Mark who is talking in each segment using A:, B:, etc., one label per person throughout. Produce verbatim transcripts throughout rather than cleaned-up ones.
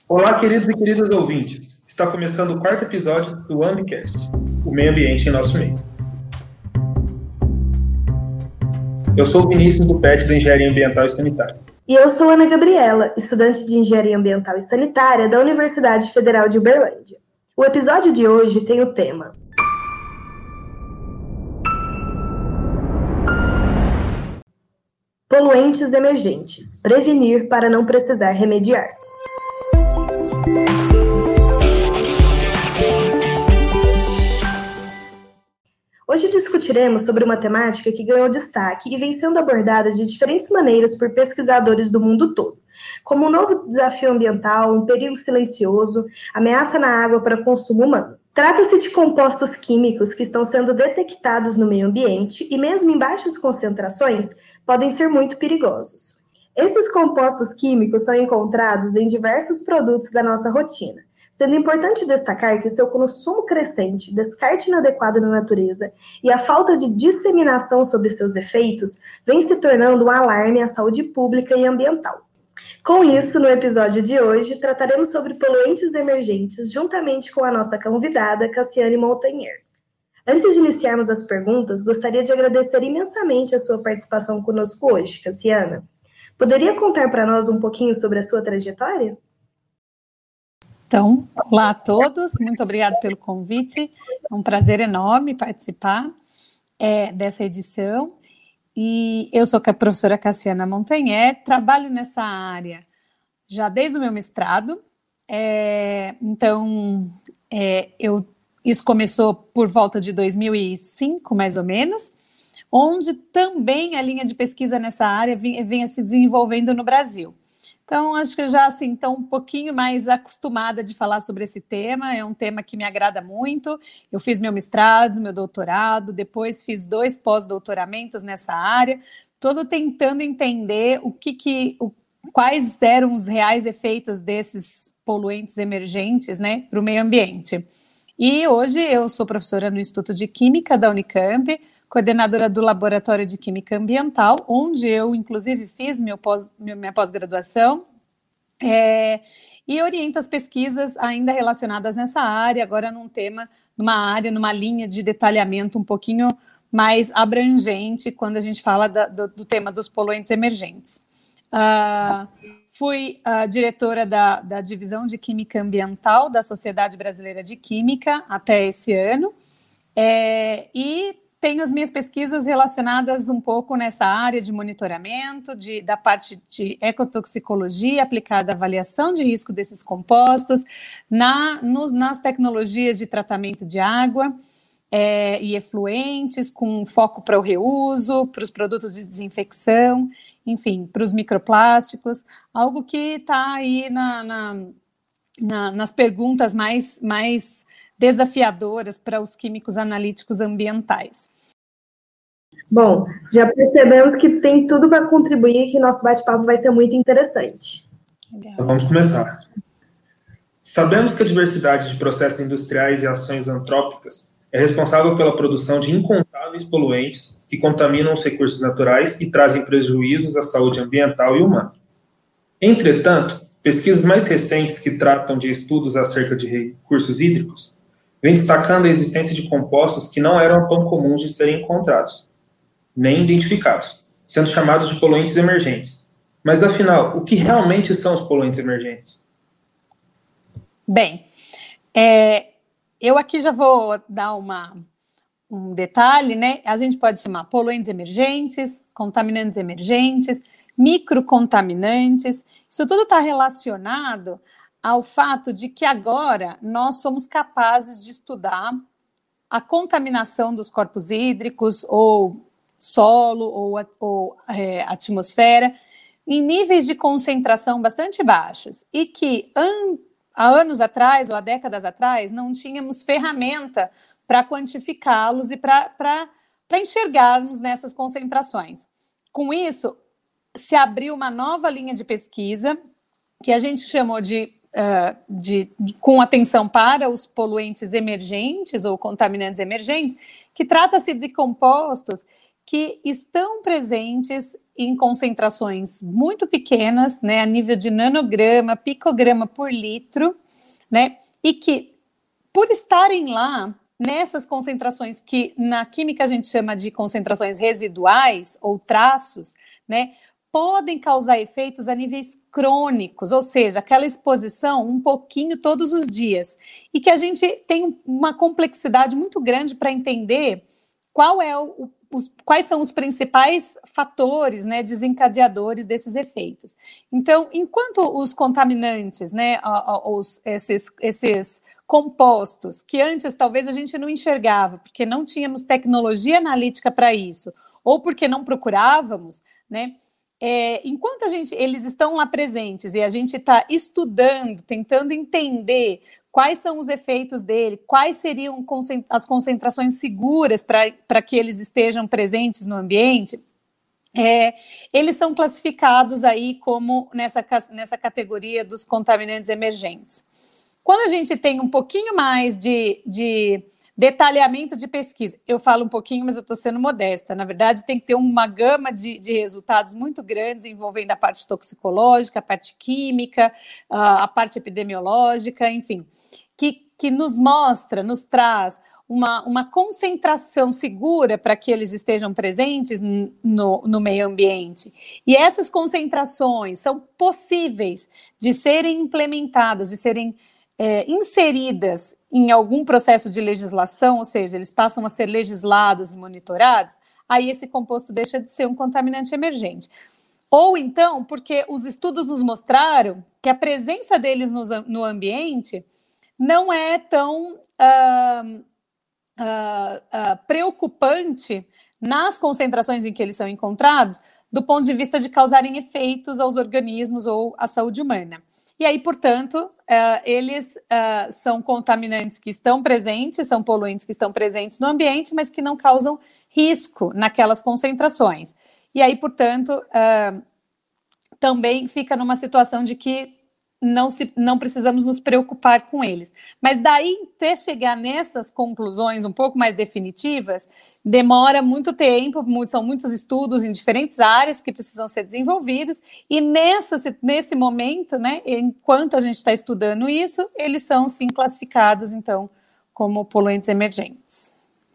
A: Olá, queridos e queridas ouvintes. Está começando o quarto episódio do Ambicast, o meio ambiente em nosso meio. Eu sou o Vinícius do P E T da Engenharia Ambiental e Sanitária.
B: E eu sou Ana Gabriela, estudante de Engenharia Ambiental e Sanitária da Universidade Federal de Uberlândia. O episódio de hoje tem o tema Poluentes emergentes. Prevenir para não precisar remediar. Hoje discutiremos sobre uma temática que ganhou destaque e vem sendo abordada de diferentes maneiras por pesquisadores do mundo todo, como um novo desafio ambiental, um perigo silencioso, ameaça na água para consumo humano. Trata-se de compostos químicos que estão sendo detectados no meio ambiente e, mesmo em baixas concentrações, podem ser muito perigosos. Esses compostos químicos são encontrados em diversos produtos da nossa rotina, sendo importante destacar que seu consumo crescente, descarte inadequado na natureza e a falta de disseminação sobre seus efeitos vem se tornando um alarme à saúde pública e ambiental. Com isso, no episódio de hoje, trataremos sobre poluentes emergentes juntamente com a nossa convidada, Cassiane Montagnier. Antes de iniciarmos as perguntas, gostaria de agradecer imensamente a sua participação conosco hoje, Cassiana. Poderia contar para nós um pouquinho sobre a sua trajetória?
C: Então, olá a todos, muito obrigada pelo convite, é um prazer enorme participar é, dessa edição. E eu sou a professora Cassiana Montagnier, trabalho nessa área já desde o meu mestrado, é, então é, eu, isso começou por volta de dois mil e cinco, mais ou menos, onde também a linha de pesquisa nessa área vinha, vinha se desenvolvendo no Brasil. Então, acho que eu já assim, estou um pouquinho mais acostumada de falar sobre esse tema, é um tema que me agrada muito. Eu fiz meu mestrado, meu doutorado, depois fiz dois pós-doutoramentos nessa área, todo tentando entender o que, que, o, quais eram os reais efeitos desses poluentes emergentes, né, para o meio ambiente. E hoje eu sou professora no Instituto de Química da Unicamp, coordenadora do Laboratório de Química Ambiental, onde eu, inclusive, fiz meu pós, minha pós-graduação, é, e oriento as pesquisas ainda relacionadas nessa área, agora num tema, numa área, numa linha de detalhamento um pouquinho mais abrangente, quando a gente fala da, do, do tema dos poluentes emergentes. Uh, fui uh, diretora da, da Divisão de Química Ambiental da Sociedade Brasileira de Química até esse ano, é, e tenho as minhas pesquisas relacionadas um pouco nessa área de monitoramento, de, da parte de ecotoxicologia aplicada à avaliação de risco desses compostos, na, nos, nas tecnologias de tratamento de água é, e efluentes, com foco para o reuso, para os produtos de desinfecção, enfim, para os microplásticos, algo que está aí na, na, na, nas perguntas mais, mais desafiadoras para os químicos analíticos ambientais.
B: Bom, já percebemos que tem tudo para contribuir e que nosso bate-papo vai ser muito interessante.
A: Então, vamos começar. Sabemos que a diversidade de processos industriais e ações antrópicas é responsável pela produção de incontáveis poluentes que contaminam os recursos naturais e trazem prejuízos à saúde ambiental e humana. Entretanto, pesquisas mais recentes que tratam de estudos acerca de recursos hídricos vêm destacando a existência de compostos que não eram tão comuns de serem encontrados, nem identificados, sendo chamados de poluentes emergentes. Mas, afinal, o que realmente são os poluentes emergentes?
C: Bem, é, eu aqui já vou dar uma, um detalhe, né? A gente pode chamar poluentes emergentes, contaminantes emergentes, microcontaminantes. Isso tudo está relacionado ao fato de que agora nós somos capazes de estudar a contaminação dos corpos hídricos ou solo ou, ou é, atmosfera em níveis de concentração bastante baixos e que an, há anos atrás ou há décadas atrás não tínhamos ferramenta para quantificá-los e para enxergarmos nessas concentrações. Com isso, se abriu uma nova linha de pesquisa que a gente chamou de Uh, de, com atenção para os poluentes emergentes ou contaminantes emergentes, que trata-se de compostos que estão presentes em concentrações muito pequenas, né, a nível de nanograma, picograma por litro, né, e que, por estarem lá, nessas concentrações que na química a gente chama de concentrações residuais ou traços, né, podem causar efeitos a níveis crônicos, ou seja, aquela exposição um pouquinho todos os dias, e que a gente tem uma complexidade muito grande para entender qual é o, os, quais são os principais fatores, né, desencadeadores desses efeitos. Então, enquanto os contaminantes, né, os, esses, esses compostos, que antes talvez a gente não enxergava, porque não tínhamos tecnologia analítica para isso, ou porque não procurávamos, né, É, enquanto a gente, eles estão lá presentes e a gente está estudando, tentando entender quais são os efeitos dele, quais seriam as concentrações seguras para que eles estejam presentes no ambiente, é, eles são classificados aí como nessa, nessa categoria dos contaminantes emergentes. Quando a gente tem um pouquinho mais de... de detalhamento de pesquisa, eu falo um pouquinho, mas eu estou sendo modesta, na verdade tem que ter uma gama de, de resultados muito grandes envolvendo a parte toxicológica, a parte química, a parte epidemiológica, enfim, que, que nos mostra, nos traz uma, uma concentração segura para que eles estejam presentes no, no meio ambiente. E essas concentrações são possíveis de serem implementadas, de serem É, inseridas em algum processo de legislação, ou seja, eles passam a ser legislados e monitorados, aí esse composto deixa de ser um contaminante emergente. Ou então, porque os estudos nos mostraram que a presença deles no, no ambiente não é tão uh, uh, uh, preocupante nas concentrações em que eles são encontrados, do ponto de vista de causarem efeitos aos organismos ou à saúde humana. E aí, portanto, uh, eles uh, são contaminantes que estão presentes, são poluentes que estão presentes no ambiente, mas que não causam risco naquelas concentrações. E aí, portanto, uh, também fica numa situação de que não, se, não precisamos nos preocupar com eles. Mas daí, até chegar nessas conclusões um pouco mais definitivas, demora muito tempo, muito, são muitos estudos em diferentes áreas que precisam ser desenvolvidos, e nessa, nesse momento, né, enquanto a gente está estudando isso, eles são, sim, classificados, então, como poluentes emergentes.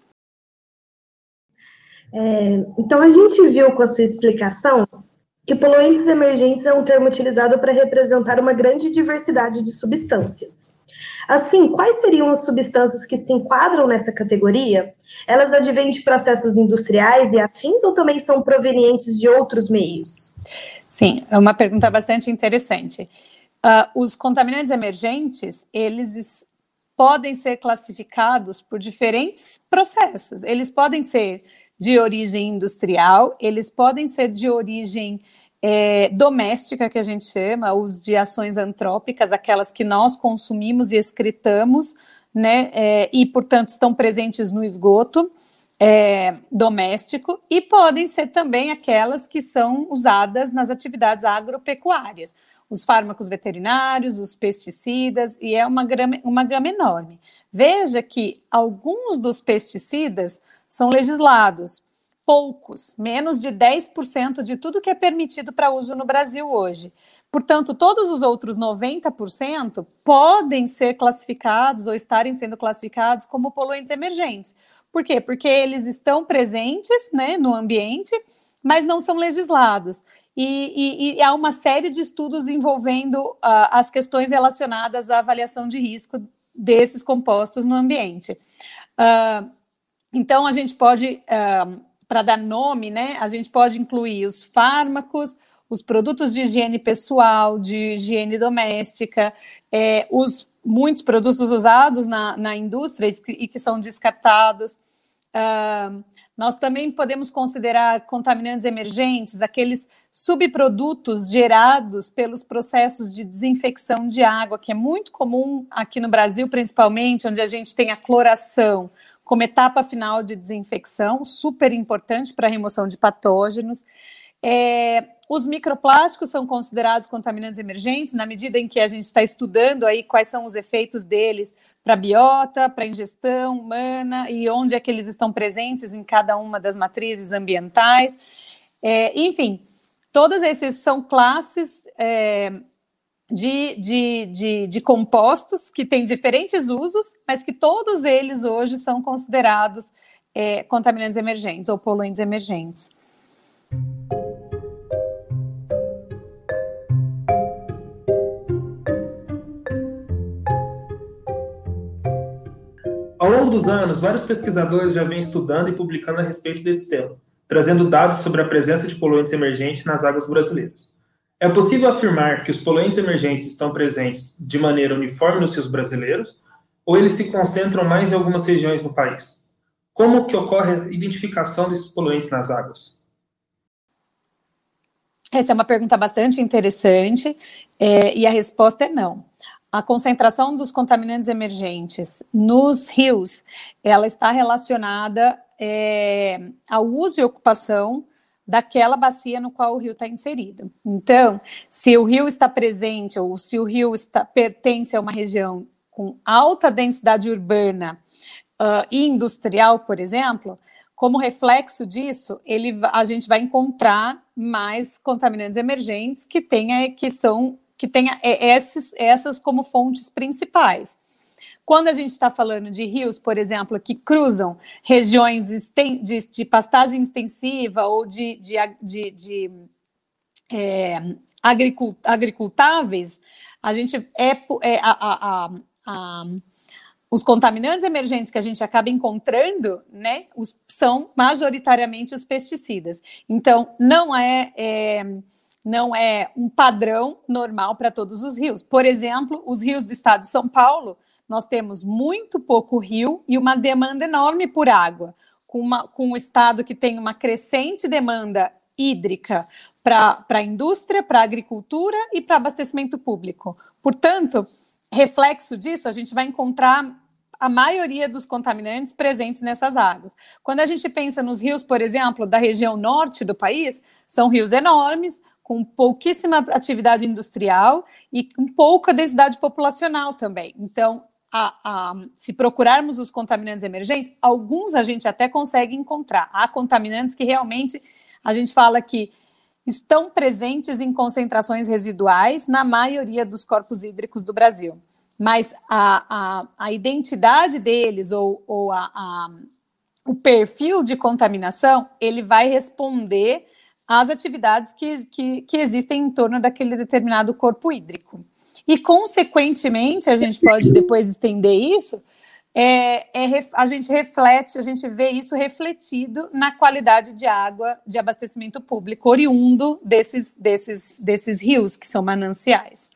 B: É, então, a gente viu com a sua explicação que poluentes emergentes é um termo utilizado para representar uma grande diversidade de substâncias. Assim, quais seriam as substâncias que se enquadram nessa categoria? Elas advêm de processos industriais e afins ou também são provenientes de outros meios?
C: Sim, é uma pergunta bastante interessante. Uh, os contaminantes emergentes, eles podem ser classificados por diferentes processos. Eles podem ser de origem industrial, eles podem ser de origem É, doméstica, que a gente chama, os de ações antrópicas, aquelas que nós consumimos e excretamos, né, é, e, portanto, estão presentes no esgoto é, doméstico, e podem ser também aquelas que são usadas nas atividades agropecuárias, os fármacos veterinários, os pesticidas, e é uma gama, uma gama enorme. Veja que alguns dos pesticidas são legislados, poucos, menos de dez por cento de tudo que é permitido para uso no Brasil hoje. Portanto, todos os outros noventa por cento podem ser classificados ou estarem sendo classificados como poluentes emergentes. Por quê? Porque eles estão presentes, né, no ambiente, mas não são legislados. E, e, e há uma série de estudos envolvendo uh, as questões relacionadas à avaliação de risco desses compostos no ambiente. Uh, então, a gente pode... Uh, para dar nome, né, a gente pode incluir os fármacos, os produtos de higiene pessoal, de higiene doméstica, é, os muitos produtos usados na, na indústria e que são descartados. Uh, nós também podemos considerar contaminantes emergentes, aqueles subprodutos gerados pelos processos de desinfecção de água, que é muito comum aqui no Brasil, principalmente, onde a gente tem a cloração como etapa final de desinfecção, super importante para a remoção de patógenos. É, os microplásticos são considerados contaminantes emergentes, na medida em que a gente está estudando aí quais são os efeitos deles para biota, para ingestão humana e onde é que eles estão presentes em cada uma das matrizes ambientais. É, enfim, todas essas são classes é, de, de, de, de compostos que têm diferentes usos, mas que todos eles hoje são considerados é, contaminantes emergentes ou poluentes emergentes.
A: Ao longo dos anos, vários pesquisadores já vêm estudando e publicando a respeito desse tema, trazendo dados sobre a presença de poluentes emergentes nas águas brasileiras. É possível afirmar que os poluentes emergentes estão presentes de maneira uniforme nos rios brasileiros, ou eles se concentram mais em algumas regiões no país? Como que ocorre a identificação desses poluentes nas águas?
C: Essa é uma pergunta bastante interessante, é, e a resposta é não. A concentração dos contaminantes emergentes nos rios, ela está relacionada é, ao uso e ocupação daquela bacia no qual o rio está inserido. Então, se o rio está presente ou se o rio está, pertence a uma região com alta densidade urbana uh, e industrial, por exemplo, como reflexo disso, ele, a gente vai encontrar mais contaminantes emergentes que, tenha, que são que tenha esses, essas como fontes principais. Quando a gente está falando de rios, por exemplo, que cruzam regiões de, de pastagem extensiva ou de, de, de, de é, agricultáveis, a gente é, é a, a, a, a, os contaminantes emergentes que a gente acaba encontrando, né, os, são majoritariamente os pesticidas. Então, não é... é não é um padrão normal para todos os rios. Por exemplo, os rios do estado de São Paulo, nós temos muito pouco rio e uma demanda enorme por água, com, uma, com um estado que tem uma crescente demanda hídrica para a indústria, para a agricultura e para abastecimento público. Portanto, reflexo disso, a gente vai encontrar a maioria dos contaminantes presentes nessas águas. Quando a gente pensa nos rios, por exemplo, da região norte do país, são rios enormes, com pouquíssima atividade industrial e com pouca densidade populacional também. Então, a, a, se procurarmos os contaminantes emergentes, alguns a gente até consegue encontrar. Há contaminantes que realmente a gente fala que estão presentes em concentrações residuais na maioria dos corpos hídricos do Brasil. Mas a, a, a identidade deles ou, ou a, a, o perfil de contaminação, ele vai responder às atividades que, que, que existem em torno daquele determinado corpo hídrico. E, consequentemente, a gente pode depois estender isso, é, é, a gente reflete, a gente vê isso refletido na qualidade de água de abastecimento público, oriundo desses, desses, desses rios, que são mananciais.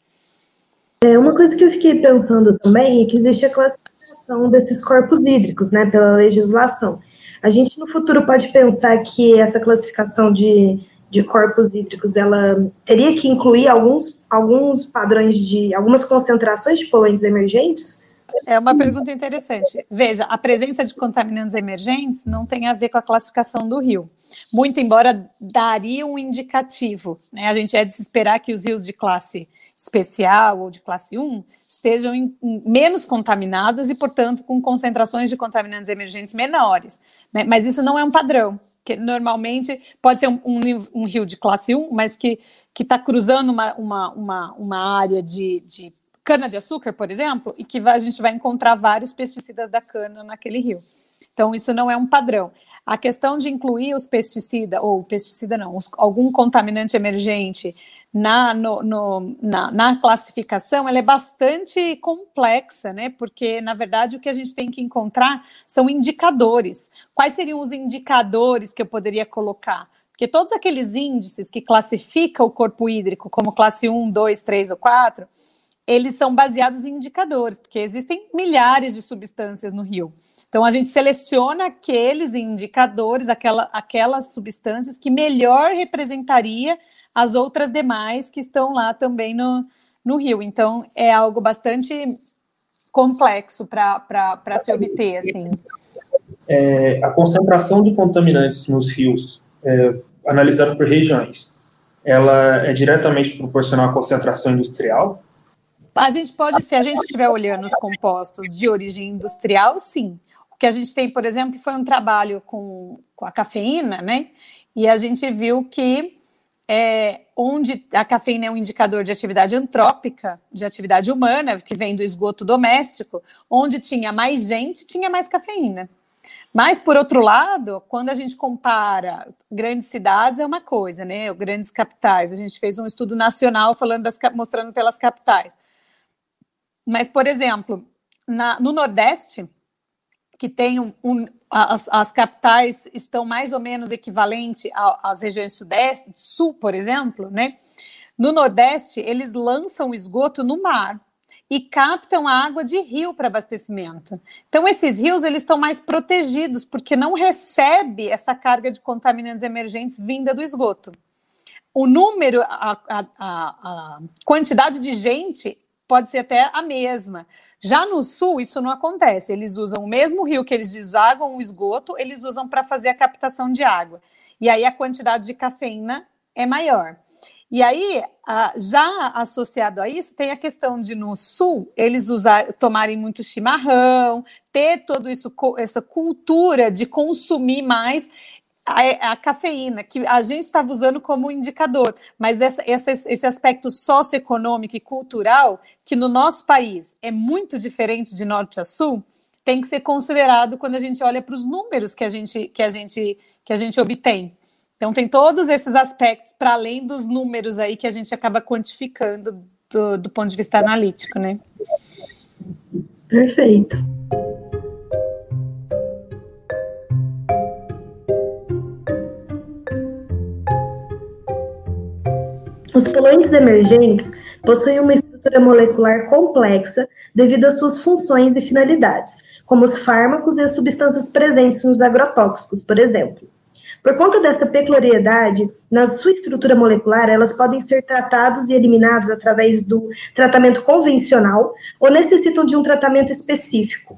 B: É, uma coisa que eu fiquei pensando também é que existe a classificação desses corpos hídricos, né, pela legislação. A gente, no futuro, pode pensar que essa classificação de, de corpos hídricos, ela teria que incluir alguns, alguns padrões de, algumas concentrações de poluentes emergentes?
C: É uma pergunta interessante. Veja, a presença de contaminantes emergentes não tem a ver com a classificação do rio. Muito embora daria um indicativo, né? A gente é de se esperar que os rios de classe especial ou de classe um estejam em, em, menos contaminados e, portanto, com concentrações de contaminantes emergentes menores, né? Mas isso não é um padrão, que normalmente pode ser um, um, um rio de classe um, mas que está cruzando uma, uma, uma, uma área de, de cana-de-açúcar, por exemplo, e que vai, a gente vai encontrar vários pesticidas da cana naquele rio. Então, isso não é um padrão. A questão de incluir os pesticidas, ou pesticida não, os, algum contaminante emergente na, no, no, na, na classificação, ela é bastante complexa, né? Porque, na verdade, o que a gente tem que encontrar são indicadores. Quais seriam os indicadores que eu poderia colocar? Porque todos aqueles índices que classificam o corpo hídrico como classe um, dois, três ou quatro, eles são baseados em indicadores, porque existem milhares de substâncias no rio. Então, a gente seleciona aqueles indicadores, aquela, aquelas substâncias que melhor representaria as outras demais que estão lá também no, no rio. Então, é algo bastante complexo para se obter, assim.
A: É, a concentração de contaminantes nos rios, é, analisando por regiões, ela é diretamente proporcional à concentração industrial?
C: A gente pode, se a gente estiver olhando os compostos de origem industrial, sim. O que a gente tem, por exemplo, foi um trabalho com, com a cafeína, né? E a gente viu que é, onde a cafeína é um indicador de atividade antrópica, de atividade humana, que vem do esgoto doméstico, onde tinha mais gente, tinha mais cafeína. Mas, por outro lado, quando a gente compara grandes cidades, é uma coisa, né? Grandes capitais. A gente fez um estudo nacional falando das, mostrando pelas capitais. Mas, por exemplo, na, no Nordeste, que tem um, um as, as capitais estão mais ou menos equivalentes às regiões Sudeste, Sul, por exemplo, né? No Nordeste, eles lançam o esgoto no mar e captam a água de rio para abastecimento. Então, esses rios eles estão mais protegidos, porque não recebe essa carga de contaminantes emergentes vinda do esgoto. O número, a, a, a, a quantidade de gente pode ser até a mesma. Já no sul, isso não acontece. Eles usam o mesmo rio que eles desaguam o esgoto, eles usam para fazer a captação de água. E aí a quantidade de cafeína é maior. E aí, já associado a isso, tem a questão de no sul, eles usar, tomarem muito chimarrão, ter toda essa cultura de consumir mais A, a cafeína, que a gente estava usando como indicador, mas essa, essa, esse aspecto socioeconômico e cultural, que no nosso país é muito diferente de norte a sul, tem que ser considerado quando a gente olha para os números que a gente, que a gente, que a gente obtém. Então, tem todos esses aspectos, para além dos números aí que a gente acaba quantificando do, do ponto de vista analítico, né?
B: Perfeito. Os poluentes emergentes possuem uma estrutura molecular complexa devido às suas funções e finalidades, como os fármacos e as substâncias presentes nos agrotóxicos, por exemplo. Por conta dessa peculiaridade, na sua estrutura molecular, elas podem ser tratados e eliminados através do tratamento convencional ou necessitam de um tratamento específico.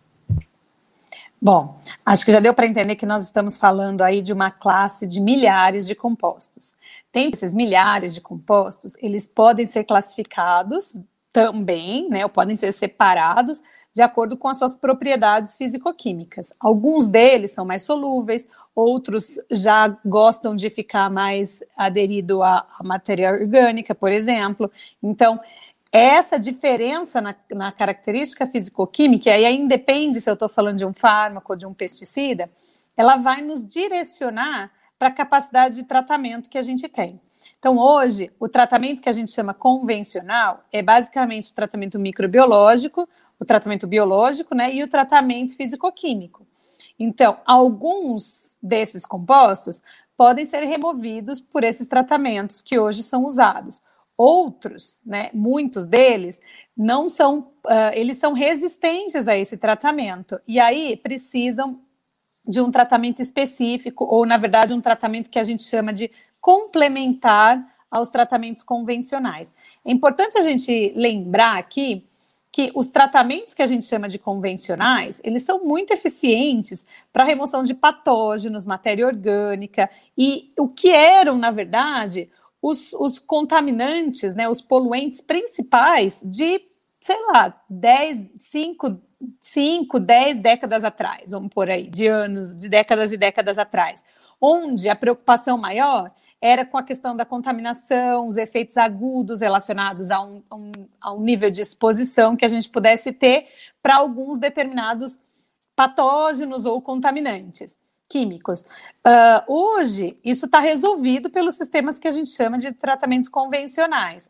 C: Bom, acho que já deu para entender que nós estamos falando aí de uma classe de milhares de compostos. Tem esses milhares de compostos, eles podem ser classificados também, né, ou podem ser separados de acordo com as suas propriedades físico-químicas. Alguns deles são mais solúveis, outros já gostam de ficar mais aderido à, à matéria orgânica, por exemplo. Então, essa diferença na, na característica físico-química, e aí independe se eu estou falando de um fármaco ou de um pesticida, ela vai nos direcionar para a capacidade de tratamento que a gente tem. Então, hoje, o tratamento que a gente chama convencional é basicamente o tratamento microbiológico, o tratamento biológico, né, e o tratamento físico-químico. Então, alguns desses compostos podem ser removidos por esses tratamentos que hoje são usados. Outros, né, muitos deles, não são, uh, eles são resistentes a esse tratamento, e aí precisam de um tratamento específico, ou, na verdade, um tratamento que a gente chama de complementar aos tratamentos convencionais. É importante a gente lembrar aqui que os tratamentos que a gente chama de convencionais, eles são muito eficientes para a remoção de patógenos, matéria orgânica, e o que eram, na verdade, os, os contaminantes, né, os poluentes principais de, sei lá, dez, cinco, cinco, dez décadas atrás, vamos por aí, de anos, de décadas e décadas atrás, onde a preocupação maior era com a questão da contaminação, os efeitos agudos relacionados a um, a um, a um nível de exposição que a gente pudesse ter para alguns determinados patógenos ou contaminantes químicos. Uh, hoje, isso está resolvido pelos sistemas que a gente chama de tratamentos convencionais.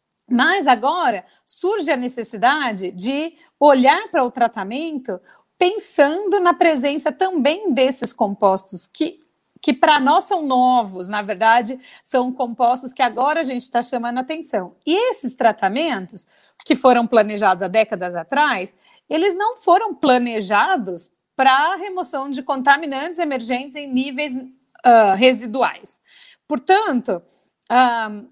C: Mas agora surge a necessidade de olhar para o tratamento pensando na presença também desses compostos que que para nós são novos, na verdade, são compostos que agora a gente está chamando atenção. E esses tratamentos, que foram planejados há décadas atrás, eles não foram planejados para a remoção de contaminantes emergentes em níveis uh, residuais. Portanto, uh,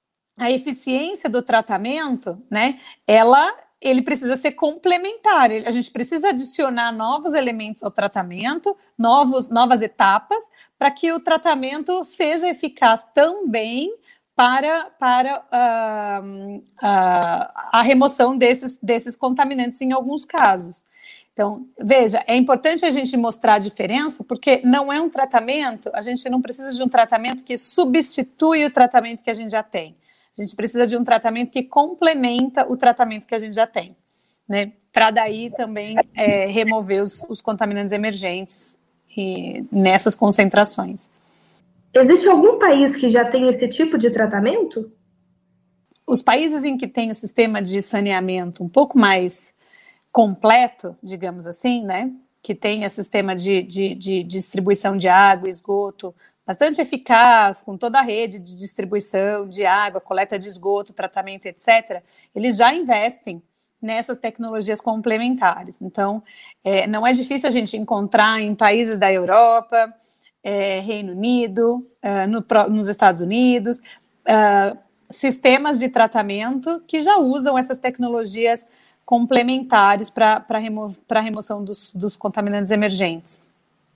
C: a eficiência do tratamento, né, ela... ele precisa ser complementar, a gente precisa adicionar novos elementos ao tratamento, novos, novas etapas, para que o tratamento seja eficaz também para, para uh, uh, a remoção desses, desses contaminantes em alguns casos. Então, veja, é importante a gente mostrar a diferença, porque não é um tratamento, a gente não precisa de um tratamento que substitui o tratamento que a gente já tem. A gente precisa de um tratamento que complementa o tratamento que a gente já tem, né? Para daí também é, remover os, os contaminantes emergentes e, nessas concentrações.
B: Existe algum país que já tem esse tipo de tratamento?
C: Os países em que tem o sistema de saneamento um pouco mais completo, digamos assim, né, que tenha sistema de, de, de distribuição de água e esgoto bastante eficaz, com toda a rede de distribuição de água, coleta de esgoto, tratamento, etcétera, eles já investem nessas tecnologias complementares. Então, é, não é difícil a gente encontrar em países da Europa, é, Reino Unido, é, no, nos Estados Unidos, é, sistemas de tratamento que já usam essas tecnologias complementares para a remo, para remoção dos, dos contaminantes emergentes.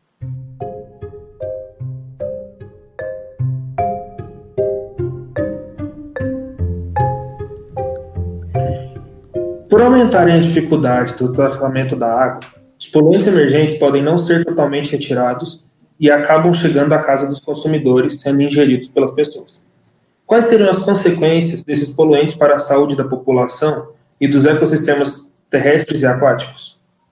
A: Por aumentarem a dificuldade do tratamento da água, os poluentes emergentes podem não ser totalmente retirados e acabam chegando à casa dos consumidores, sendo ingeridos pelas pessoas. Quais seriam as consequências desses poluentes para a saúde da população e dos ecossistemas terrestres e aquáticos?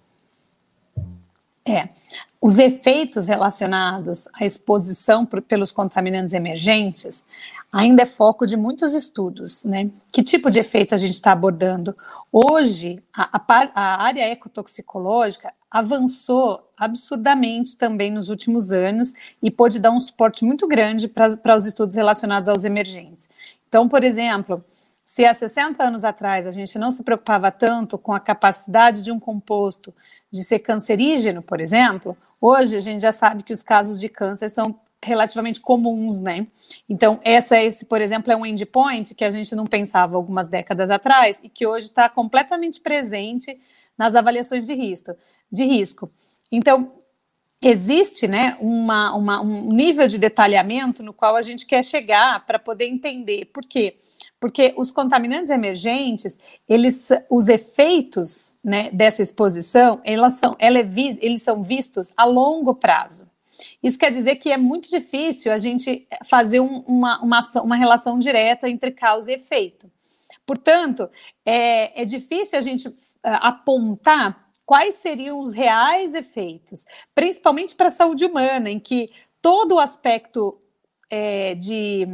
C: É, os efeitos relacionados à exposição por, pelos contaminantes emergentes ainda é foco de muitos estudos, né? Que tipo de efeito a gente está abordando? Hoje, a, a, a área ecotoxicológica avançou absurdamente também nos últimos anos e pôde dar um suporte muito grande para os estudos relacionados aos emergentes. Então, por exemplo, se há sessenta anos atrás a gente não se preocupava tanto com a capacidade de um composto de ser cancerígeno, por exemplo, hoje a gente já sabe que os casos de câncer são relativamente comuns, né? Então, essa, esse, por exemplo, é um endpoint que a gente não pensava algumas décadas atrás e que hoje está completamente presente nas avaliações de risco. De risco. Então, existe, né, uma, uma, um nível de detalhamento no qual a gente quer chegar para poder entender. Por quê? Porque os contaminantes emergentes, eles, os efeitos, né, dessa exposição, elas são, ela é, eles são vistos a longo prazo. Isso quer dizer que é muito difícil a gente fazer um, uma, uma, uma relação direta entre causa e efeito. Portanto, é, é difícil a gente uh, apontar quais seriam os reais efeitos, principalmente para a saúde humana, em que todo o aspecto é, de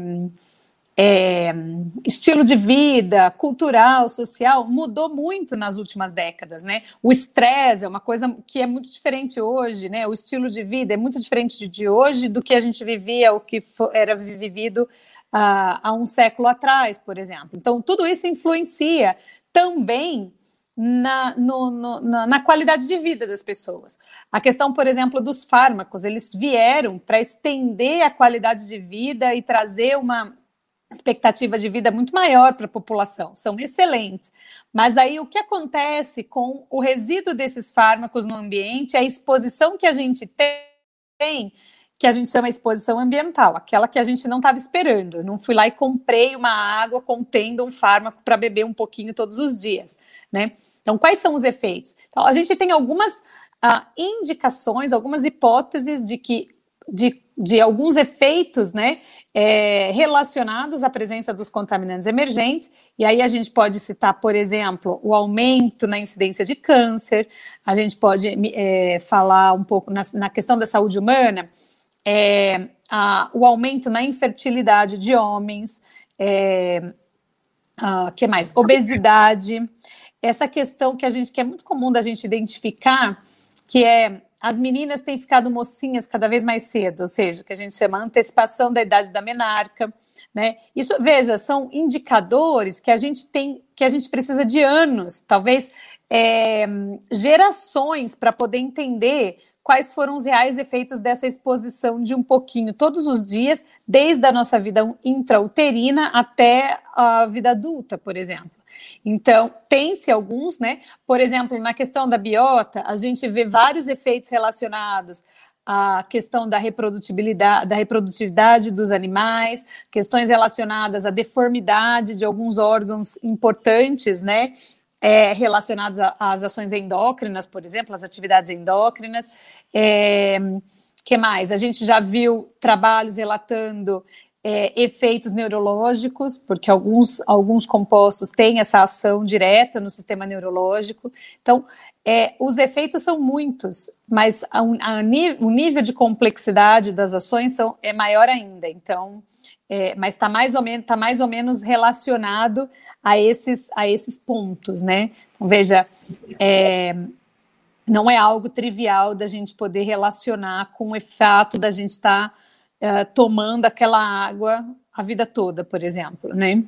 C: é, estilo de vida, cultural, social, mudou muito nas últimas décadas, né? O estresse é uma coisa que é muito diferente hoje, né? O estilo de vida é muito diferente de hoje do que a gente vivia, o que era vivido uh, há um século atrás, por exemplo. Então, tudo isso influencia também Na, no, no, na, na qualidade de vida das pessoas. A questão, por exemplo, dos fármacos, eles vieram para estender a qualidade de vida e trazer uma expectativa de vida muito maior para a população, são excelentes. Mas aí o que acontece com o resíduo desses fármacos no ambiente, a exposição que a gente tem, que a gente chama de exposição ambiental, aquela que a gente não estava esperando. Eu não fui lá e comprei uma água contendo um fármaco para beber um pouquinho todos os dias, né? Então, quais são os efeitos? Então, a gente tem algumas ah, indicações, algumas hipóteses de que de, de alguns efeitos, né, é, relacionados à presença dos contaminantes emergentes, e aí a gente pode citar, por exemplo, o aumento na incidência de câncer, a gente pode é, falar um pouco na, na questão da saúde humana, É, a, o aumento na infertilidade de homens, é, a, que mais? Obesidade, essa questão que a gente que é muito comum da gente identificar, que é as meninas têm ficado mocinhas cada vez mais cedo, ou seja, que a gente chama antecipação da idade da menarca, né? Isso, veja, são indicadores que a gente tem, que a gente precisa de anos, talvez é, gerações para poder entender quais foram os reais efeitos dessa exposição de um pouquinho todos os dias, desde a nossa vida intrauterina até a vida adulta, por exemplo. Então, tem-se alguns, né? Por exemplo, na questão da biota, a gente vê vários efeitos relacionados a questão da reprodutibilidade, da reprodutividade dos animais, questões relacionadas à deformidade de alguns órgãos importantes, né, é, relacionados às ações endócrinas, por exemplo, as atividades endócrinas. É, que mais? A gente já viu trabalhos relatando é, efeitos neurológicos, porque alguns, alguns compostos têm essa ação direta no sistema neurológico. Então, é, os efeitos são muitos, mas a, a, o nível de complexidade das ações são, é maior ainda. Então, é, mas está mais, tá mais ou menos relacionado a esses, a esses pontos, né? Então, veja, é, não é algo trivial da gente poder relacionar com o fato da gente estar tá, uh, tomando aquela água a vida toda, por exemplo, né?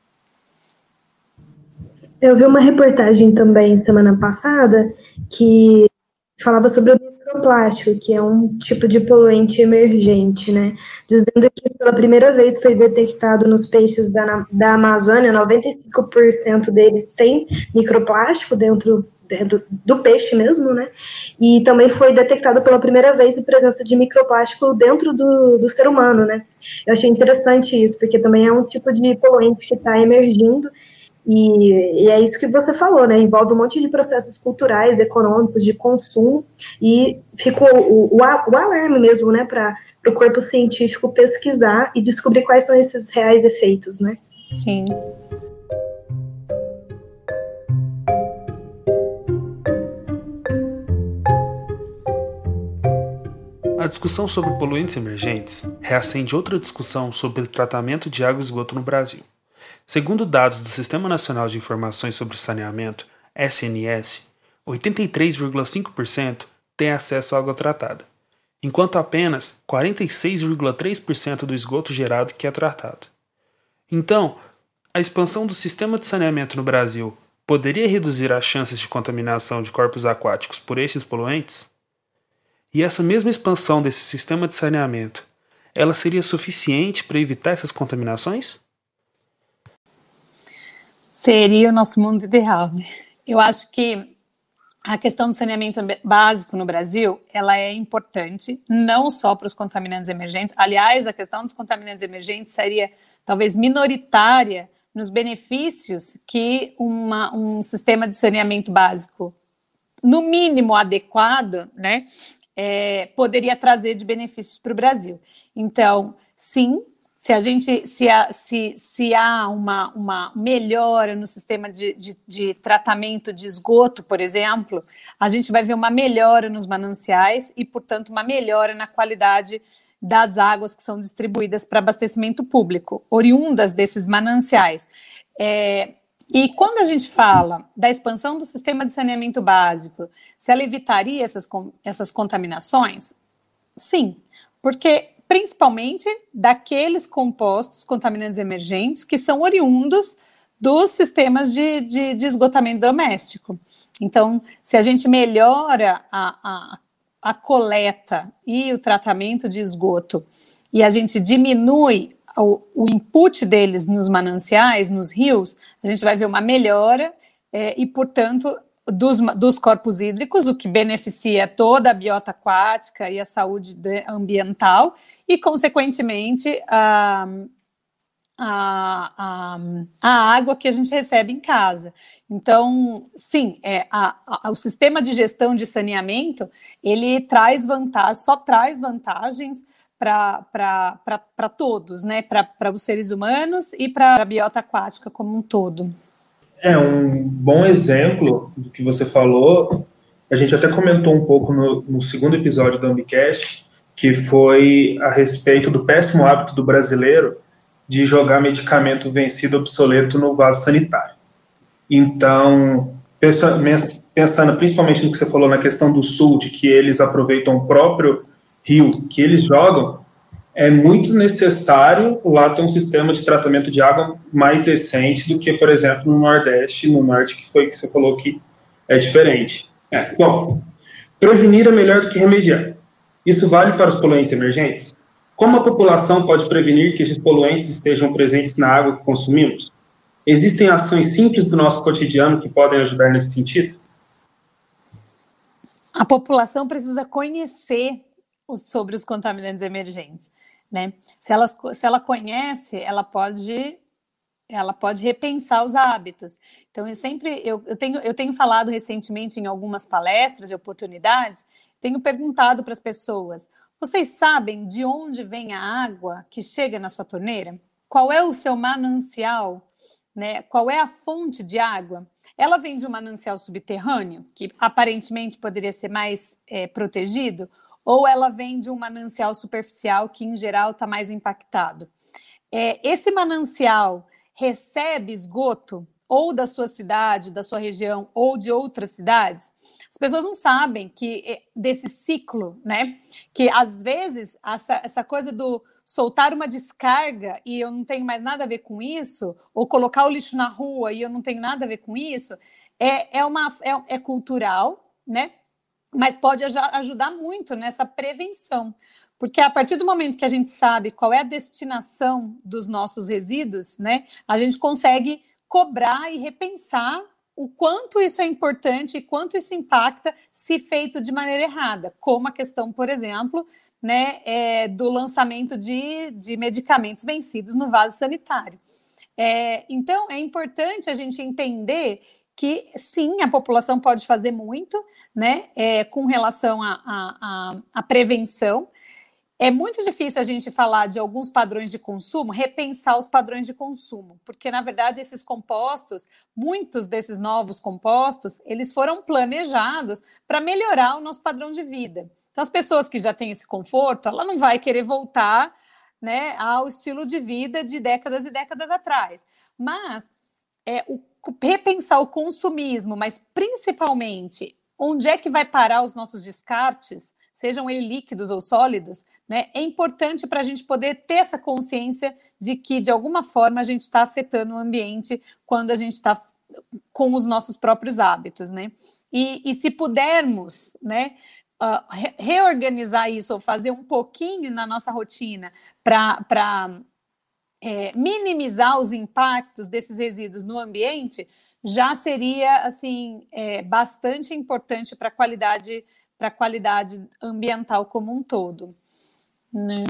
B: Eu vi uma reportagem também semana passada que falava sobre o microplástico, que é um tipo de poluente emergente, né? Dizendo que pela primeira vez foi detectado nos peixes da, da Amazônia, noventa e cinco por cento deles tem microplástico dentro Do, do peixe mesmo, né? E também foi detectado pela primeira vez a presença de microplástico dentro do, do ser humano, né? Eu achei interessante isso, porque também é um tipo de poluente que está emergindo, e, e é isso que você falou, né? Envolve um monte de processos culturais, econômicos, de consumo, e ficou o, o, o alarme mesmo, né? Para o corpo científico pesquisar e descobrir quais são esses reais efeitos, né?
C: Sim.
D: A discussão sobre poluentes emergentes reacende outra discussão sobre o tratamento de água e esgoto no Brasil. Segundo dados do Sistema Nacional de Informações sobre Saneamento, S N S, oitenta e três vírgula cinco por cento tem acesso à água tratada, enquanto apenas quarenta e seis vírgula três por cento do esgoto gerado que é tratado. Então, a expansão do sistema de saneamento no Brasil poderia reduzir as chances de contaminação de corpos aquáticos por esses poluentes? E essa mesma expansão desse sistema de saneamento, ela seria suficiente para evitar essas contaminações?
C: Seria o nosso mundo ideal, né? Eu acho que a questão do saneamento básico no Brasil, ela é importante, não só para os contaminantes emergentes. Aliás, a questão dos contaminantes emergentes seria talvez minoritária nos benefícios que uma, um sistema de saneamento básico, no mínimo adequado, né, É, poderia trazer de benefícios para o Brasil. Então, sim, se a gente, se há, se, se há uma, uma melhora no sistema de, de, de tratamento de esgoto, por exemplo, a gente vai ver uma melhora nos mananciais e, portanto, uma melhora na qualidade das águas que são distribuídas para abastecimento público, oriundas desses mananciais. É, E quando a gente fala da expansão do sistema de saneamento básico, se ela evitaria essas, essas contaminações? Sim, porque principalmente daqueles compostos contaminantes emergentes que são oriundos dos sistemas de, de, de esgotamento doméstico. Então, se a gente melhora a, a, a coleta e o tratamento de esgoto e a gente diminui O, o input deles nos mananciais, nos rios, a gente vai ver uma melhora é, e, portanto, dos, dos corpos hídricos, o que beneficia toda a biota aquática e a saúde de, ambiental e, consequentemente, a, a, a, a água que a gente recebe em casa. Então, sim, é, a, a, o sistema de gestão de saneamento, ele traz vantagens, só traz vantagens para todos, né? Para os seres humanos e para a biota aquática como um todo.
A: É um bom exemplo do que você falou. A gente até comentou um pouco no, no segundo episódio do Ambicast, que foi a respeito do péssimo hábito do brasileiro de jogar medicamento vencido obsoleto no vaso sanitário. Então, pensando principalmente no que você falou na questão do sul, de que eles aproveitam o próprio rio que eles jogam, é muito necessário lá ter um sistema de tratamento de água mais decente do que, por exemplo, no Nordeste, no Norte, que foi que você falou que é diferente. É, bom, prevenir é melhor do que remediar. Isso vale para os poluentes emergentes? Como a população pode prevenir que esses poluentes estejam presentes na água que consumimos? Existem ações simples do nosso cotidiano que podem ajudar nesse sentido?
C: A população precisa conhecer sobre os contaminantes emergentes, né? Se ela, se ela conhece, ela pode, ela pode repensar os hábitos. Então, eu sempre, eu, eu, tenho, eu tenho falado recentemente em algumas palestras e oportunidades, tenho perguntado para as pessoas, vocês sabem de onde vem a água que chega na sua torneira? Qual é o seu manancial? Né? Qual é a fonte de água? Ela vem de um manancial subterrâneo, que aparentemente poderia ser mais é, protegido, ou ela vem de um manancial superficial, que em geral está mais impactado? É, esse manancial recebe esgoto ou da sua cidade, da sua região, ou de outras cidades? As pessoas não sabem que desse ciclo, né? Que às vezes essa, essa coisa do soltar uma descarga e eu não tenho mais nada a ver com isso, ou colocar o lixo na rua e eu não tenho nada a ver com isso, é, é, uma, é, é cultural, né? Mas pode ajudar muito nessa prevenção, porque a partir do momento que a gente sabe qual é a destinação dos nossos resíduos, né, a gente consegue cobrar e repensar o quanto isso é importante e quanto isso impacta se feito de maneira errada, como a questão, por exemplo, né, é, do lançamento de, de medicamentos vencidos no vaso sanitário. É, então, é importante a gente entender que, sim, a população pode fazer muito, né, é, com relação à prevenção. É muito difícil a gente falar de alguns padrões de consumo, repensar os padrões de consumo, porque, na verdade, esses compostos, muitos desses novos compostos, eles foram planejados para melhorar o nosso padrão de vida. Então, as pessoas que já têm esse conforto, ela não vai querer voltar, né, ao estilo de vida de décadas e décadas atrás. Mas é, o, repensar o consumismo, mas principalmente onde é que vai parar os nossos descartes, sejam eles líquidos ou sólidos, né, é importante para a gente poder ter essa consciência de que, de alguma forma, a gente está afetando o ambiente quando a gente está com os nossos próprios hábitos, né? E, e se pudermos, né, Uh, re reorganizar isso ou fazer um pouquinho na nossa rotina para é, minimizar os impactos desses resíduos no ambiente, já seria assim, é, bastante importante para a qualidade, para a qualidade ambiental como um todo, né?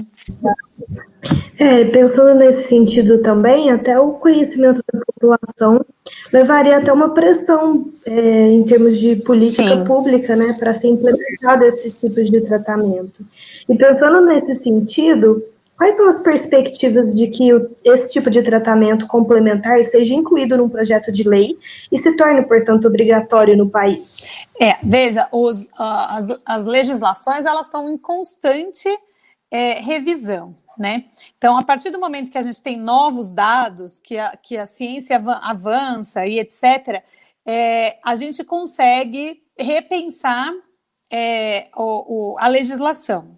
B: É, pensando nesse sentido também, até o conhecimento da população levaria até uma pressão é, em termos de política Sim. pública, né, para ser implementado esses tipos de tratamento. E pensando nesse sentido, quais são as perspectivas de que esse tipo de tratamento complementar seja incluído num projeto de lei e se torne, portanto, obrigatório no país?
C: É, veja, os, uh, as, as legislações elas estão em constante é, revisão. Né? Então, a partir do momento que a gente tem novos dados, que a, que a ciência avança e etcétera, é, a gente consegue repensar é, o, o, a legislação.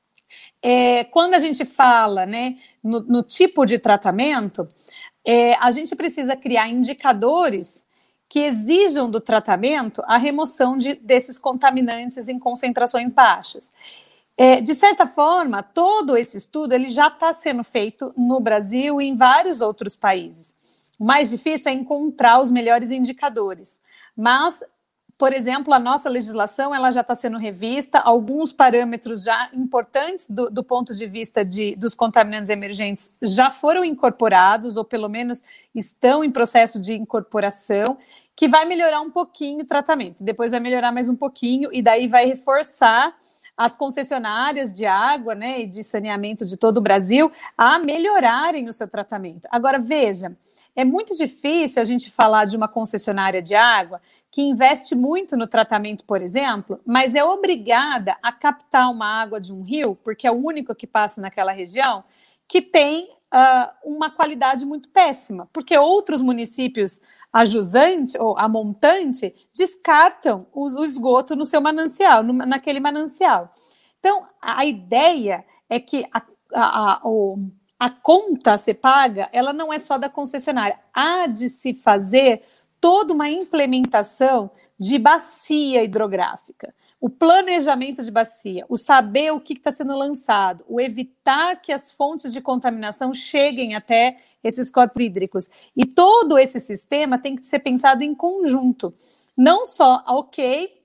C: É, quando a gente fala, né, no, no tipo de tratamento, é, a gente precisa criar indicadores que exijam do tratamento a remoção de, desses contaminantes em concentrações baixas. É, de certa forma, todo esse estudo ele já está sendo feito no Brasil e em vários outros países. O mais difícil é encontrar os melhores indicadores. Mas, por exemplo, a nossa legislação ela já está sendo revista, alguns parâmetros já importantes do, do ponto de vista de, dos contaminantes emergentes já foram incorporados, ou pelo menos estão em processo de incorporação, que vai melhorar um pouquinho o tratamento. Depois vai melhorar mais um pouquinho e daí vai reforçar as concessionárias de água, né, e de saneamento de todo o Brasil a melhorarem o seu tratamento. Agora, veja, é muito difícil a gente falar de uma concessionária de água que investe muito no tratamento, por exemplo, mas é obrigada a captar uma água de um rio, porque é o único que passa naquela região, que tem uh, uma qualidade muito péssima, porque outros municípios a jusante ou a montante descartam o, o esgoto no seu manancial, no, naquele manancial. Então, a, a ideia é que a, a, a, o, a conta a ser paga, ela não é só da concessionária. Há de se fazer toda uma implementação de bacia hidrográfica. O planejamento de bacia, o saber o que está sendo lançado, o evitar que as fontes de contaminação cheguem até esses corpos hídricos. E todo esse sistema tem que ser pensado em conjunto. Não só, ok,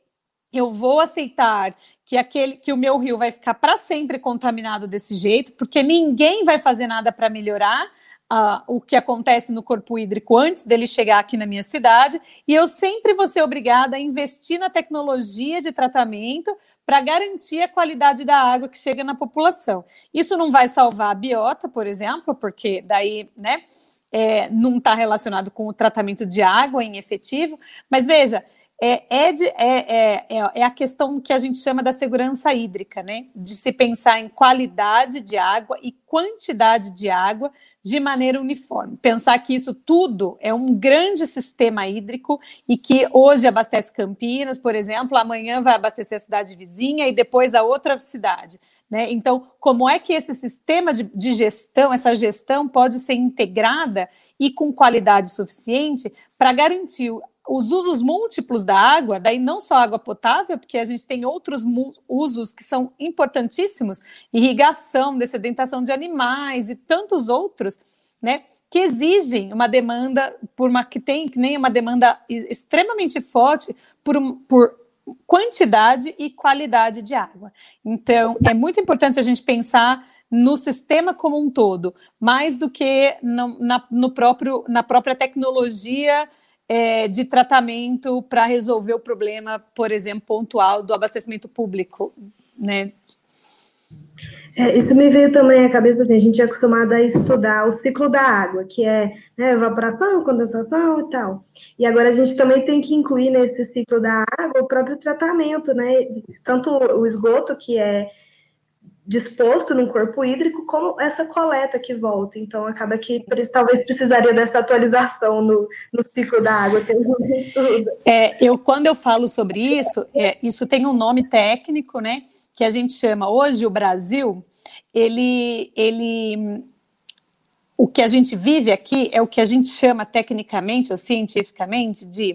C: eu vou aceitar que, aquele, que o meu rio vai ficar para sempre contaminado desse jeito, porque ninguém vai fazer nada para melhorar uh, o que acontece no corpo hídrico antes dele chegar aqui na minha cidade, e eu sempre vou ser obrigada a investir na tecnologia de tratamento para garantir a qualidade da água que chega na população. Isso não vai salvar a biota, por exemplo, porque daí, né, é, não está relacionado com o tratamento de água em efetivo, mas veja, É, é, de, é, é, é a questão que a gente chama da segurança hídrica, né? De se pensar em qualidade de água e quantidade de água de maneira uniforme. Pensar que isso tudo é um grande sistema hídrico e que hoje abastece Campinas, por exemplo, amanhã vai abastecer a cidade vizinha e depois a outra cidade, né? Então, como é que esse sistema de, de gestão, essa gestão pode ser integrada e com qualidade suficiente para garantir os usos múltiplos da água, daí não só água potável, porque a gente tem outros usos que são importantíssimos, irrigação, dessedentação de animais e tantos outros, né, que exigem uma demanda, por uma, que tem que nem uma demanda extremamente forte por, por quantidade e qualidade de água. Então, é muito importante a gente pensar no sistema como um todo, mais do que no, na, no próprio, na própria tecnologia É, de tratamento para resolver o problema, por exemplo, pontual do abastecimento público, né?
B: É, isso me veio também à cabeça, assim, a gente é acostumado a estudar o ciclo da água, que é, né, evaporação, condensação e tal. E agora a gente também tem que incluir nesse ciclo da água o próprio tratamento, né? Tanto o esgoto, que é disposto no corpo hídrico, como essa coleta que volta. Então, acaba que talvez precisaria dessa atualização no, no ciclo da água. Que tudo.
C: É, eu, quando eu falo sobre isso, é, isso tem um nome técnico, né, que a gente chama, hoje o Brasil, ele, ele, o que a gente vive aqui é o que a gente chama tecnicamente ou cientificamente de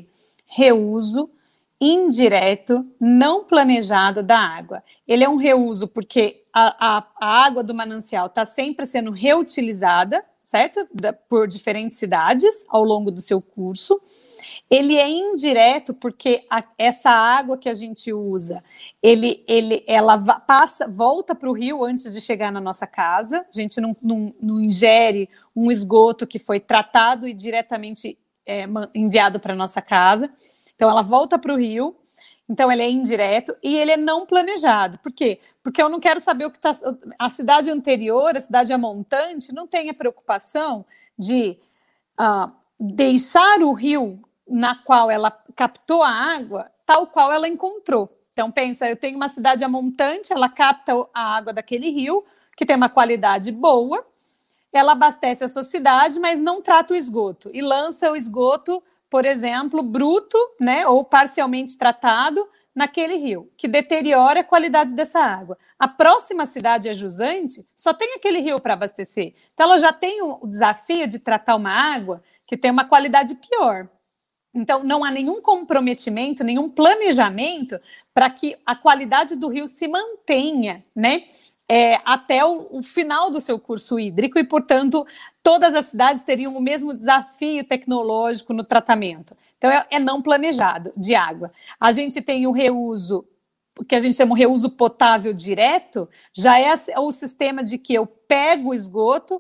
C: reuso indireto, não planejado da água. Ele é um reuso porque a, a, a água do manancial está sempre sendo reutilizada, certo? Da, por diferentes cidades ao longo do seu curso. Ele é indireto porque a, essa água que a gente usa, ele, ele, ela va, passa, volta para o rio antes de chegar na nossa casa. A gente não, não, não ingere um esgoto que foi tratado e diretamente é, enviado para a nossa casa. Então, ela volta para o rio, então ele é indireto e ele é não planejado. Por quê? Porque eu não quero saber o que está... A cidade anterior, a cidade amontante, não tem a preocupação de uh, deixar o rio na qual ela captou a água, tal qual ela encontrou. Então, pensa, eu tenho uma cidade amontante, ela capta a água daquele rio, que tem uma qualidade boa, ela abastece a sua cidade, mas não trata o esgoto, e lança o esgoto, por exemplo, bruto, né, ou parcialmente tratado naquele rio, que deteriora a qualidade dessa água. A próxima cidade ajusante só tem aquele rio para abastecer. Então, ela já tem o desafio de tratar uma água que tem uma qualidade pior. Então, não há nenhum comprometimento, nenhum planejamento para que a qualidade do rio se mantenha, né, É, até o, o final do seu curso hídrico e, portanto, todas as cidades teriam o mesmo desafio tecnológico no tratamento. Então, é, é não planejado de água. A gente tem o reuso, o que a gente chama de reuso potável direto, já é o sistema de que eu pego o esgoto,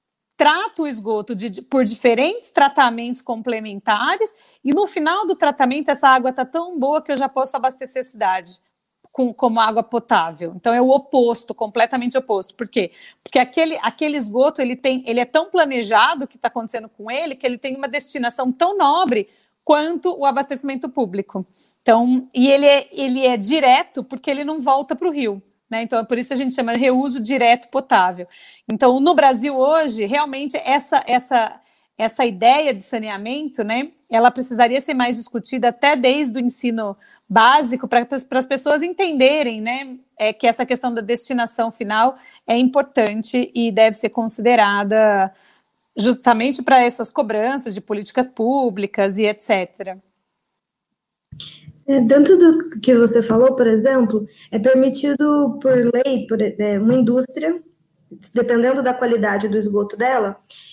C: trato o esgoto de, por diferentes tratamentos complementares e, no final do tratamento, essa água está tão boa que eu já posso abastecer a cidade Com, como água potável. Então é o oposto, completamente oposto. Por quê? Porque aquele, aquele esgoto, ele, tem, ele é tão planejado o que está acontecendo com ele, que ele tem uma destinação tão nobre quanto o abastecimento público. Então, e ele é, ele é direto porque ele não volta para o rio, né? Então, é por isso a gente chama de reuso direto potável. Então, no Brasil hoje, realmente, essa, essa, essa ideia de saneamento, né, ela precisaria ser mais discutida até desde o ensino básico, para as pessoas entenderem, né, é, que essa questão da destinação final é importante e deve ser considerada justamente para essas cobranças de políticas públicas e etcétera.
B: É, dentro do que você falou, por exemplo, é permitido por lei, por, é, uma indústria, dependendo da qualidade do esgoto dela,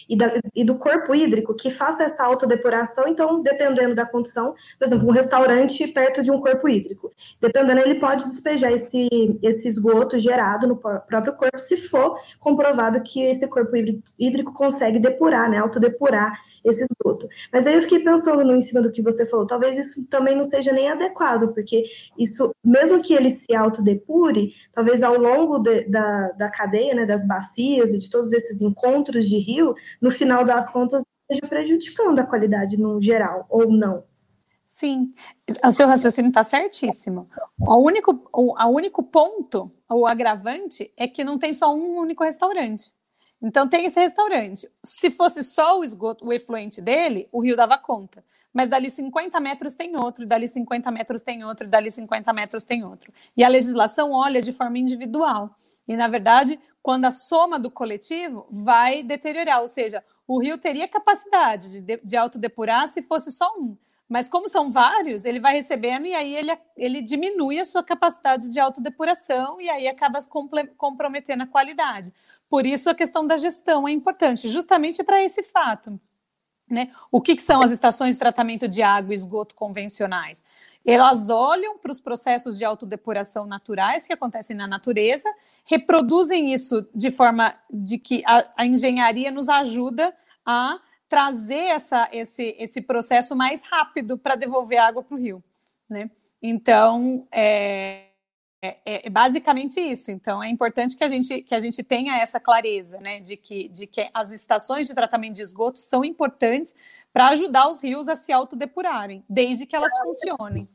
B: e, da, e do corpo hídrico que faça essa autodepuração. Então, dependendo da condição, por exemplo, um restaurante perto de um corpo hídrico, dependendo, ele pode despejar esse, esse esgoto gerado no próprio corpo, se for comprovado que esse corpo hídrico consegue depurar, né, autodepurar esse esgoto. Mas aí eu fiquei pensando no, em cima do que você falou, talvez isso também não seja nem adequado, porque isso, mesmo que ele se autodepure, talvez ao longo de, da, da cadeia, né, das bacias e de todos esses encontros de rio, no final das contas, esteja prejudicando a qualidade no geral, ou não.
C: Sim, o seu raciocínio está certíssimo. O único, o, o único ponto, o agravante, é que não tem só um único restaurante. Então tem esse restaurante. Se fosse só o esgoto, o efluente dele, o rio dava conta. Mas dali cinquenta metros tem outro, dali cinquenta metros tem outro, dali cinquenta metros tem outro. E a legislação olha de forma individual. E, na verdade, quando a soma do coletivo vai deteriorar. Ou seja, o rio teria capacidade de, de autodepurar se fosse só um. Mas como são vários, ele vai recebendo e aí ele, ele diminui a sua capacidade de autodepuração e aí acaba comprometendo a qualidade. Por isso a questão da gestão é importante, justamente para esse fato. Né? O que, que são as estações de tratamento de água e esgoto convencionais? Elas olham para os processos de autodepuração naturais que acontecem na natureza, reproduzem isso de forma de que a, a engenharia nos ajuda a trazer essa, esse, esse processo mais rápido para devolver água para o rio, né? Então, é, é, é basicamente isso. Então, é importante que a gente, que a gente tenha essa clareza, né? De que, de que as estações de tratamento de esgoto são importantes para ajudar os rios a se autodepurarem, desde que elas funcionem.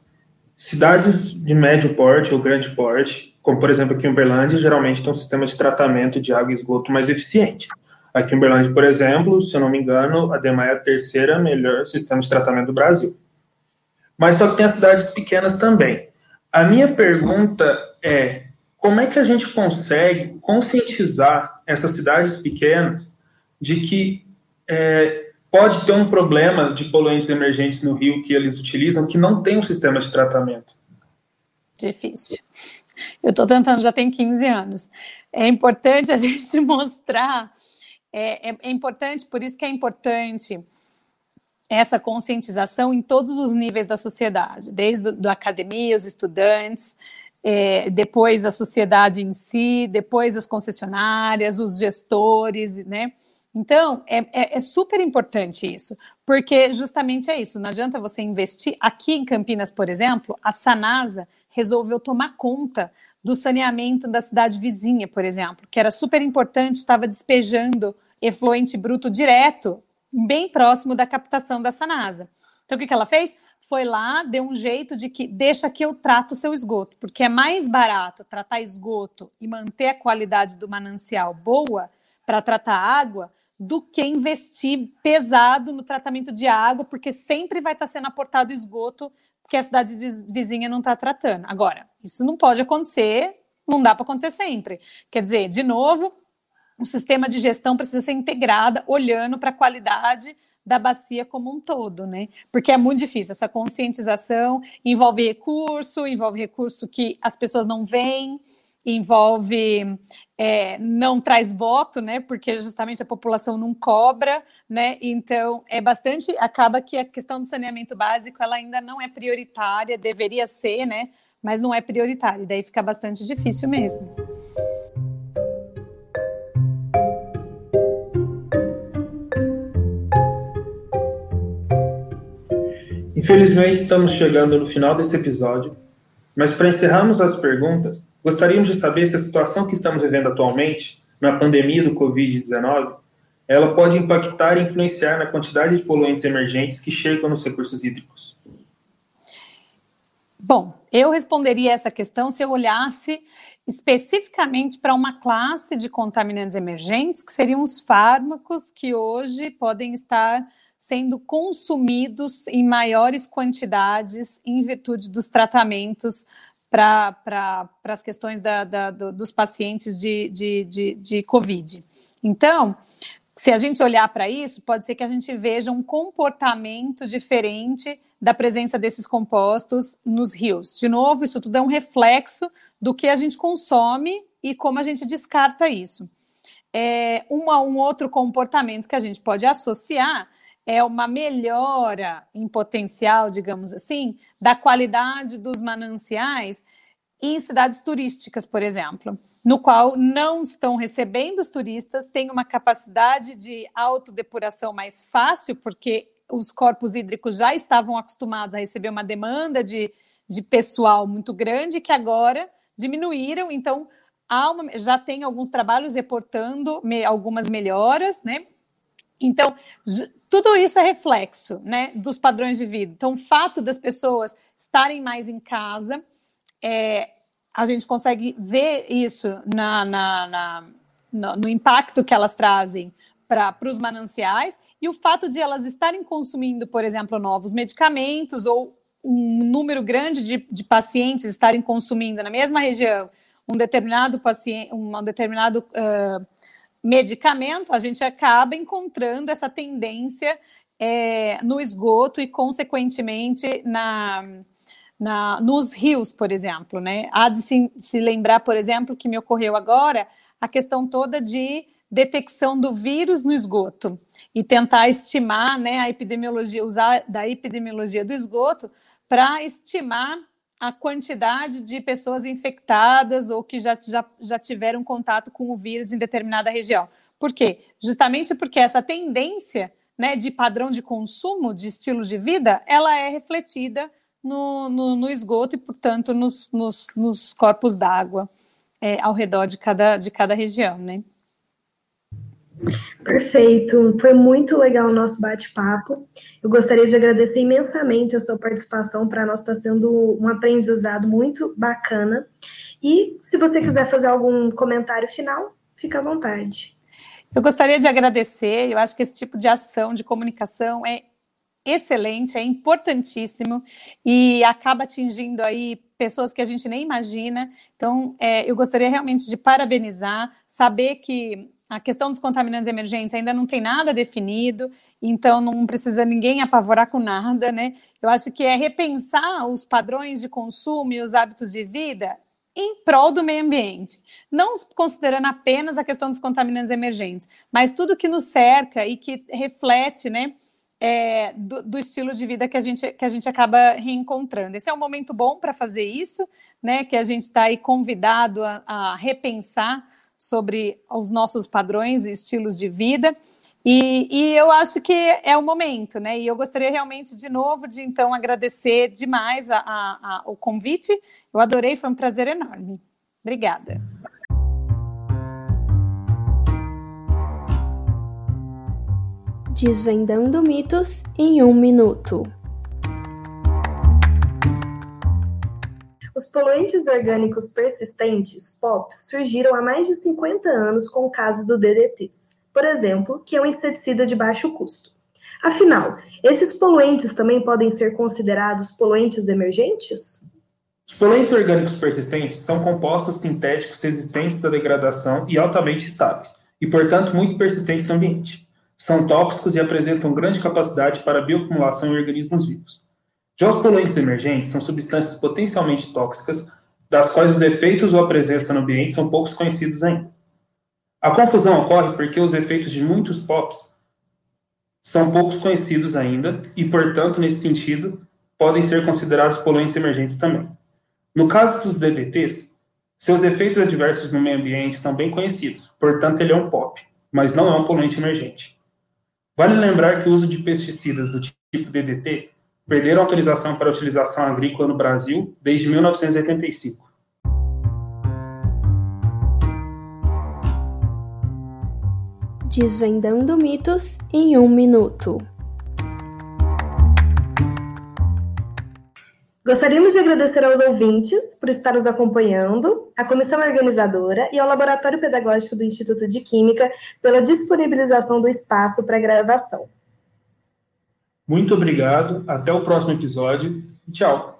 A: Cidades de médio porte ou grande porte, como, por exemplo, aqui em Uberlândia, geralmente tem um sistema de tratamento de água e esgoto mais eficiente. Aqui em Uberlândia, por exemplo, se eu não me engano, a DEMAI é a terceira melhor sistema de tratamento do Brasil. Mas só que tem as cidades pequenas também. A minha pergunta é, como é que a gente consegue conscientizar essas cidades pequenas de que é, pode ter um problema de poluentes emergentes no rio que eles utilizam que não tem um sistema de tratamento?
C: Difícil. Eu estou tentando, já tem quinze anos. É importante a gente mostrar... É, é, é importante, por isso que é importante essa conscientização em todos os níveis da sociedade, desde a academia, os estudantes, é, depois a sociedade em si, depois as concessionárias, os gestores, né? Então, é, é, é super importante isso, porque justamente é isso, não adianta você investir. Aqui em Campinas, por exemplo, a Sanasa resolveu tomar conta do saneamento da cidade vizinha, por exemplo, que era super importante, estava despejando efluente bruto direto, bem próximo da captação da Sanasa. Então, o que, que ela fez? Foi lá, deu um jeito de que deixa que eu trato o seu esgoto, porque é mais barato tratar esgoto e manter a qualidade do manancial boa para tratar água do que investir pesado no tratamento de água, porque sempre vai estar sendo aportado esgoto que a cidade vizinha não está tratando. Agora, isso não pode acontecer, não dá para acontecer sempre. Quer dizer, de novo, o sistema de gestão precisa ser integrado, olhando para a qualidade da bacia como um todo, né? Porque é muito difícil, essa conscientização envolve recurso, envolve recurso que as pessoas não veem, envolve, é, não traz voto, né? Porque justamente a população não cobra, né? Então, é bastante, acaba que a questão do saneamento básico, ela ainda não é prioritária, deveria ser, né? Mas não é prioritária, e daí fica bastante difícil mesmo.
A: Infelizmente, estamos chegando no final desse episódio, mas para encerrarmos as perguntas, gostaríamos de saber se a situação que estamos vivendo atualmente, na pandemia do covid dezenove, ela pode impactar e influenciar na quantidade de poluentes emergentes que chegam nos recursos hídricos.
C: Bom, eu responderia essa questão se eu olhasse especificamente para uma classe de contaminantes emergentes, que seriam os fármacos que hoje podem estar sendo consumidos em maiores quantidades em virtude dos tratamentos para pra, as questões da, da, do, dos pacientes de, de, de, de Covid. Então, se a gente olhar para isso, pode ser que a gente veja um comportamento diferente da presença desses compostos nos rios. De novo, isso tudo é um reflexo do que a gente consome e como a gente descarta isso. é, uma, um outro comportamento que a gente pode associar é uma melhora em potencial, digamos assim, da qualidade dos mananciais em cidades turísticas, por exemplo, no qual não estão recebendo os turistas, têm uma capacidade de autodepuração mais fácil, porque os corpos hídricos já estavam acostumados a receber uma demanda de, de pessoal muito grande, que agora diminuíram, então há uma, já tem alguns trabalhos reportando me, algumas melhoras, né? Então, tudo isso é reflexo, né, dos padrões de vida. Então, o fato das pessoas estarem mais em casa, é, a gente consegue ver isso na, na, na, no, no impacto que elas trazem para os mananciais, e o fato de elas estarem consumindo, por exemplo, novos medicamentos, ou um número grande de, de pacientes estarem consumindo na mesma região um determinado paciente, um determinado uh, medicamento, a gente acaba encontrando essa tendência é, no esgoto e, consequentemente, na, na, nos rios, por exemplo, né? Há de se, se lembrar, por exemplo, que me ocorreu agora a questão toda de detecção do vírus no esgoto e tentar estimar, né, a epidemiologia, usar da epidemiologia do esgoto para estimar a quantidade de pessoas infectadas ou que já, já, já tiveram contato com o vírus em determinada região. Por quê? Justamente porque essa tendência, né, de padrão de consumo, de estilo de vida, ela é refletida no, no, no esgoto e, portanto, nos, nos, nos corpos d'água é, ao redor de cada, de cada região, né?
B: Perfeito, foi muito legal o nosso bate-papo. Eu gostaria de agradecer imensamente a sua participação, para nós está sendo um aprendizado muito bacana. E se você quiser fazer algum comentário final, fica à vontade.
C: Eu gostaria de agradecer, eu acho que esse tipo de ação de comunicação é excelente, é importantíssimo e acaba atingindo aí pessoas que a gente nem imagina. Então, é, eu gostaria realmente de parabenizar, saber que a questão dos contaminantes emergentes ainda não tem nada definido, então não precisa ninguém apavorar com nada, né? Eu acho que é repensar os padrões de consumo e os hábitos de vida em prol do meio ambiente, não considerando apenas a questão dos contaminantes emergentes, mas tudo que nos cerca e que reflete, né, é, do, do estilo de vida que a gente, que a gente acaba reencontrando. Esse é um momento bom para fazer isso, né, que a gente está aí convidado a, a repensar sobre os nossos padrões e estilos de vida, e, e eu acho que é o momento, né? E eu gostaria realmente, de novo, de então agradecer demais a, a, a, o convite. Eu adorei, foi um prazer enorme. Obrigada.
B: Desvendando mitos em um minuto. Os poluentes orgânicos persistentes, P O Ps, surgiram há mais de cinquenta anos com o caso do D D Ts, por exemplo, que é um inseticida de baixo custo. Afinal, esses poluentes também podem ser considerados poluentes emergentes?
A: Os poluentes orgânicos persistentes são compostos sintéticos resistentes à degradação e altamente estáveis, e, portanto, muito persistentes no ambiente. São tóxicos e apresentam grande capacidade para bioacumulação em organismos vivos. Já os poluentes emergentes são substâncias potencialmente tóxicas, das quais os efeitos ou a presença no ambiente são poucos conhecidos ainda. A confusão ocorre porque os efeitos de muitos P O Ps são poucos conhecidos ainda e, portanto, nesse sentido, podem ser considerados poluentes emergentes também. No caso dos D D Ts, seus efeitos adversos no meio ambiente são bem conhecidos, portanto, ele é um P O P, mas não é um poluente emergente. Vale lembrar que o uso de pesticidas do tipo D D T perderam autorização para utilização agrícola no Brasil desde mil novecentos e oitenta e cinco.
B: Desvendando mitos em um minuto. Gostaríamos de agradecer aos ouvintes por estar nos acompanhando, à comissão organizadora e ao Laboratório Pedagógico do Instituto de Química pela disponibilização do espaço para a gravação.
A: Muito obrigado, até o próximo episódio e tchau!